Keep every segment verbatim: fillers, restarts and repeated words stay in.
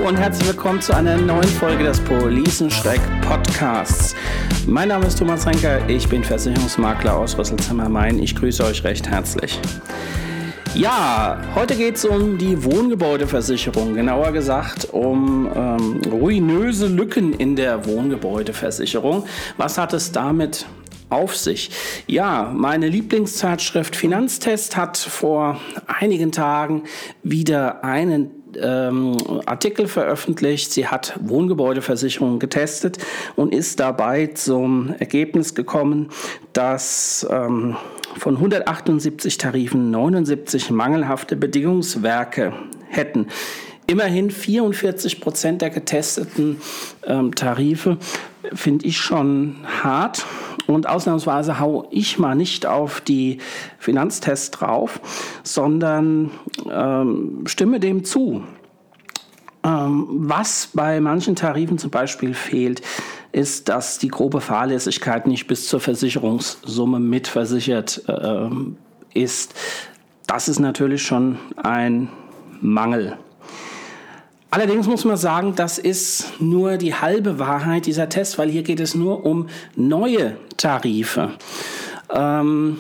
und herzlich willkommen zu einer neuen Folge des Policenschreck Podcasts. Mein Name ist Thomas Renker, ich bin Versicherungsmakler aus Rüsselsheim-Main. Ich grüße euch recht herzlich. Ja, heute geht es um die Wohngebäudeversicherung, genauer gesagt um ähm, ruinöse Lücken in der Wohngebäudeversicherung. Was hat es damit auf sich? Ja, meine Lieblingszeitschrift Finanztest hat vor einigen Tagen wieder einen ähm, Artikel veröffentlicht. Sie hat Wohngebäudeversicherungen getestet und ist dabei zum Ergebnis gekommen, dass ähm, von hundertachtundsiebzig Tarifen neunundsiebzig mangelhafte Bedingungswerke hätten. Immerhin vierundvierzig Prozent der getesteten ähm, Tarife finde ich schon hart. Und ausnahmsweise hau ich mal nicht auf die Finanztests drauf, sondern ähm, stimme dem zu. Ähm, was bei manchen Tarifen zum Beispiel fehlt, ist, dass die grobe Fahrlässigkeit nicht bis zur Versicherungssumme mitversichert äh, ist. Das ist natürlich schon ein Mangel. Allerdings muss man sagen, das ist nur die halbe Wahrheit dieser Test, weil hier geht es nur um neue Tarife. Ähm,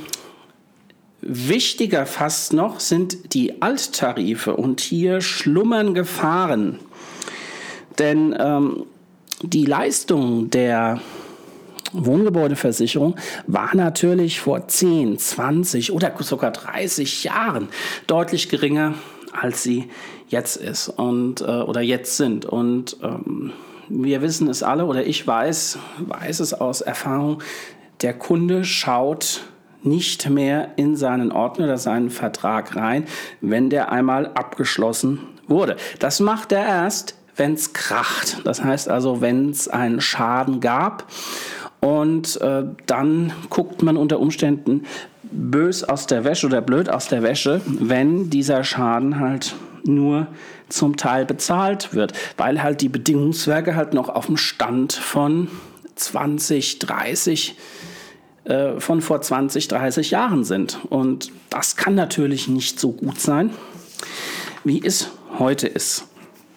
wichtiger fast noch sind die Alttarife und hier schlummern Gefahren. Denn ähm, die Leistung der Wohngebäudeversicherung war natürlich vor zehn, zwanzig oder sogar dreißig Jahren deutlich geringer, als sie jetzt ist und äh, oder jetzt sind. Und ähm, wir wissen es alle, oder ich weiß, weiß es aus Erfahrung, der Kunde schaut nicht mehr in seinen Ordner oder seinen Vertrag rein, wenn der einmal abgeschlossen wurde. Das macht er erst, wenn es kracht. Das heißt also, wenn es einen Schaden gab. Und äh, dann guckt man unter Umständen bös aus der Wäsche oder blöd aus der Wäsche, wenn dieser Schaden halt nur zum Teil bezahlt wird, weil halt die Bedingungswerke halt noch auf dem Stand von zwanzig, dreißig, äh, von vor zwanzig, dreißig Jahren sind. Und das kann natürlich nicht so gut sein, wie es heute ist.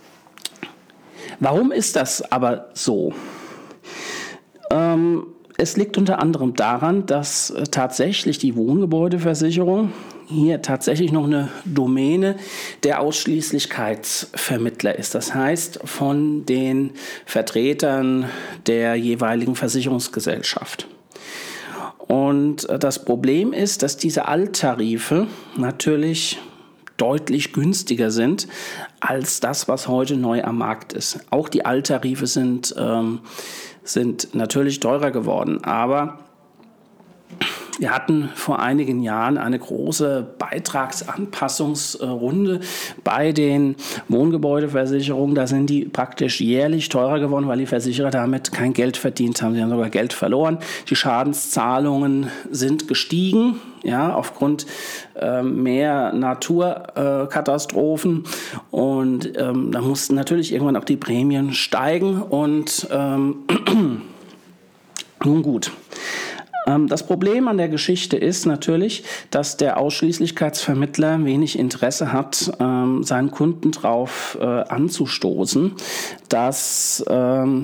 Warum ist das aber so? Ähm, es liegt unter anderem daran, dass äh, tatsächlich die Wohngebäudeversicherung hier tatsächlich noch eine Domäne der Ausschließlichkeitsvermittler ist. Das heißt, von den Vertretern der jeweiligen Versicherungsgesellschaft. Und äh, das Problem ist, dass diese Alttarife natürlich deutlich günstiger sind als das, was heute neu am Markt ist. Auch die Alttarife sind ähm, sind natürlich teurer geworden, aber wir hatten vor einigen Jahren eine große Beitragsanpassungsrunde bei den Wohngebäudeversicherungen. Da sind die praktisch jährlich teurer geworden, weil die Versicherer damit kein Geld verdient haben. Sie haben sogar Geld verloren. Die Schadenszahlungen sind gestiegen, ja, aufgrund äh, mehr Naturkatastrophen. Äh, und ähm, da mussten natürlich irgendwann auch die Prämien steigen. Und ähm, nun gut. Das Problem an der Geschichte ist natürlich, dass der Ausschließlichkeitsvermittler wenig Interesse hat, ähm, seinen Kunden darauf äh, anzustoßen, dass ähm,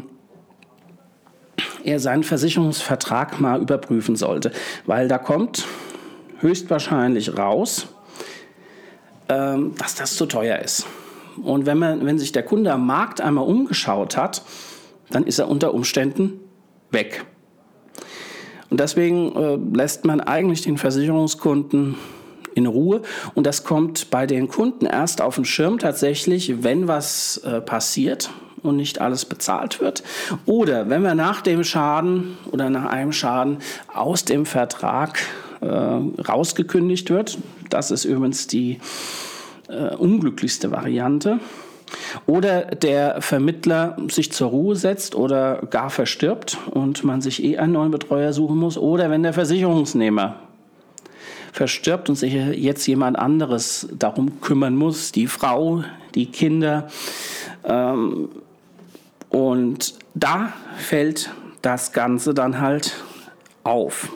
er seinen Versicherungsvertrag mal überprüfen sollte. Weil da kommt höchstwahrscheinlich raus, ähm, dass das zu teuer ist. Und wenn man, wenn sich der Kunde am Markt einmal umgeschaut hat, dann ist er unter Umständen weg. Und deswegen äh, lässt man eigentlich den Versicherungskunden in Ruhe. Und das kommt bei den Kunden erst auf den Schirm tatsächlich, wenn was äh, passiert und nicht alles bezahlt wird. Oder wenn wir nach dem Schaden oder nach einem Schaden aus dem Vertrag äh, rausgekündigt wird. Das ist übrigens die äh, unglücklichste Variante. Oder der Vermittler sich zur Ruhe setzt oder gar verstirbt und man sich eh einen neuen Betreuer suchen muss. Oder wenn der Versicherungsnehmer verstirbt und sich jetzt jemand anderes darum kümmern muss, die Frau, die Kinder. Ähm, und da fällt das Ganze dann halt auf.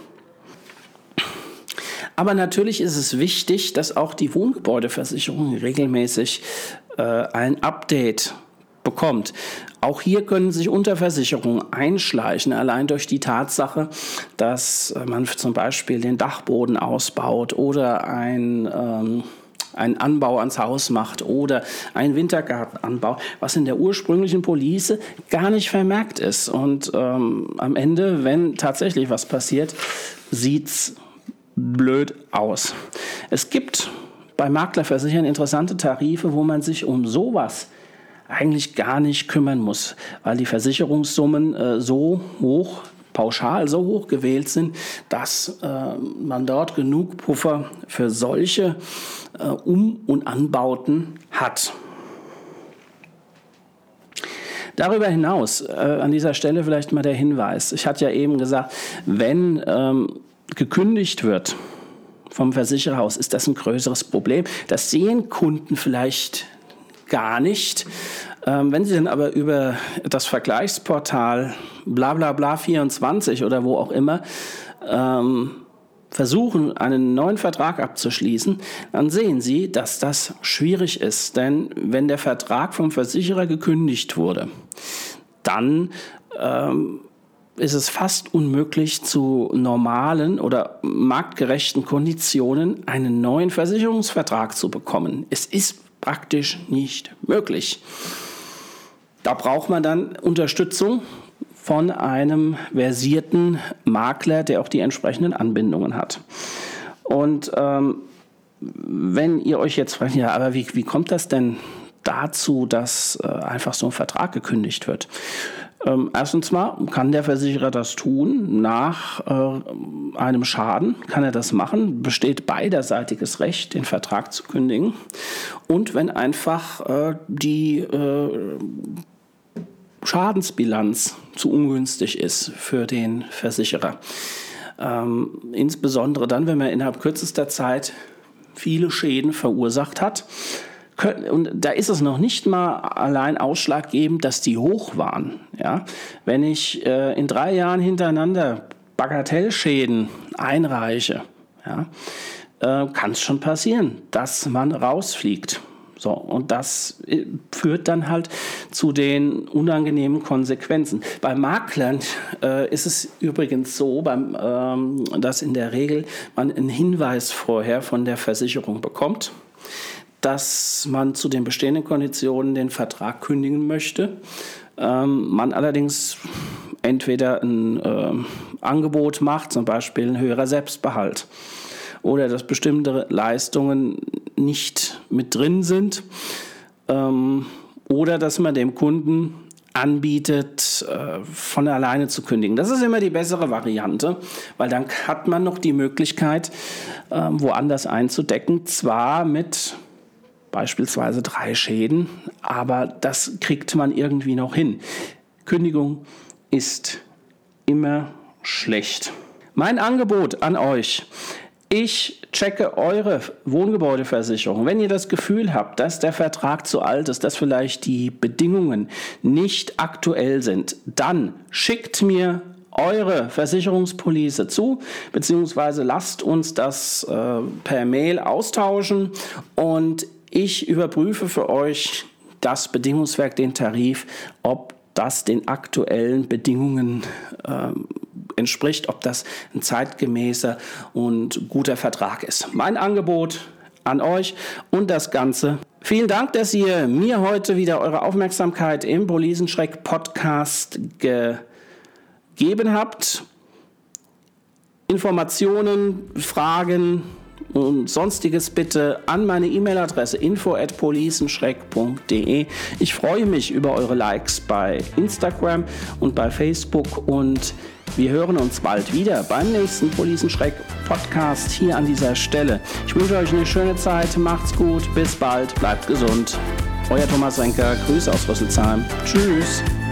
Aber natürlich ist es wichtig, dass auch die Wohngebäudeversicherung regelmäßig äh, ein Update bekommt. Auch hier können sich Unterversicherungen einschleichen, allein durch die Tatsache, dass man zum Beispiel den Dachboden ausbaut oder ein ähm, einen Anbau ans Haus macht oder einen Wintergarten anbaut, was in der ursprünglichen Police gar nicht vermerkt ist. Und ähm, am Ende, wenn tatsächlich was passiert, sieht's blöd aus. Es gibt bei Maklerversichern interessante Tarife, wo man sich um sowas eigentlich gar nicht kümmern muss, weil die Versicherungssummen äh, so hoch pauschal so hoch gewählt sind, dass äh, man dort genug Puffer für solche äh, Um- und Anbauten hat. Darüber hinaus, äh, an dieser Stelle vielleicht mal der Hinweis, ich hatte ja eben gesagt, wenn ähm, gekündigt wird vom Versichererhaus, ist das ein größeres Problem. Das sehen Kunden vielleicht gar nicht. Ähm, wenn Sie dann aber über das Vergleichsportal blablabla vierundzwanzig oder wo auch immer ähm, versuchen, einen neuen Vertrag abzuschließen, dann sehen Sie, dass das schwierig ist. Denn wenn der Vertrag vom Versicherer gekündigt wurde, dann ähm, ist es fast unmöglich, zu normalen oder marktgerechten Konditionen einen neuen Versicherungsvertrag zu bekommen. Es ist praktisch nicht möglich. Da braucht man dann Unterstützung von einem versierten Makler, der auch die entsprechenden Anbindungen hat. Und ähm, wenn ihr euch jetzt fragt, ja, aber wie, wie kommt das denn dazu, dass äh, einfach so ein Vertrag gekündigt wird? Ähm, erstens mal kann der Versicherer das tun. Nach äh, einem Schaden kann er das machen. Besteht beiderseitiges Recht, den Vertrag zu kündigen. Und wenn einfach äh, die äh, Schadensbilanz zu ungünstig ist für den Versicherer. Ähm, insbesondere dann, wenn man innerhalb kürzester Zeit viele Schäden verursacht hat. Und da ist es noch nicht mal allein ausschlaggebend, dass die hoch waren. Ja? Wenn ich äh, in drei Jahren hintereinander Bagatellschäden einreiche, ja, äh, kann es schon passieren, dass man rausfliegt. So, und das führt dann halt zu den unangenehmen Konsequenzen. Bei Maklern äh, ist es übrigens so, beim, ähm, dass in der Regel man einen Hinweis vorher von der Versicherung bekommt, dass man zu den bestehenden Konditionen den Vertrag kündigen möchte. Ähm, man allerdings entweder ein äh, Angebot macht, zum Beispiel ein höherer Selbstbehalt, oder dass bestimmte Leistungen nicht mit drin sind, ähm, oder dass man dem Kunden anbietet, äh, von alleine zu kündigen. Das ist immer die bessere Variante, weil dann hat man noch die Möglichkeit, äh, woanders einzudecken, zwar mit beispielsweise drei Schäden, aber das kriegt man irgendwie noch hin. Kündigung ist immer schlecht. Mein Angebot an euch: Ich checke eure Wohngebäudeversicherung. Wenn ihr das Gefühl habt, dass der Vertrag zu alt ist, dass vielleicht die Bedingungen nicht aktuell sind, dann schickt mir eure Versicherungspolice zu, beziehungsweise lasst uns das äh, per Mail austauschen und ich überprüfe für euch das Bedingungswerk, den Tarif, ob das den aktuellen Bedingungen äh, entspricht, ob das ein zeitgemäßer und guter Vertrag ist. Mein Angebot an euch und das Ganze. Vielen Dank, dass ihr mir heute wieder eure Aufmerksamkeit im Policenschreck-Podcast gegeben habt. Informationen, Fragen und Sonstiges bitte an meine E-Mail-Adresse info at policenschreck punkt de. Ich freue mich über eure Likes bei Instagram und bei Facebook und wir hören uns bald wieder beim nächsten Policenschreck-Podcast hier an dieser Stelle. Ich wünsche euch eine schöne Zeit, macht's gut, bis bald, bleibt gesund. Euer Thomas Renker, Grüße aus Rüsselsheim. Tschüss.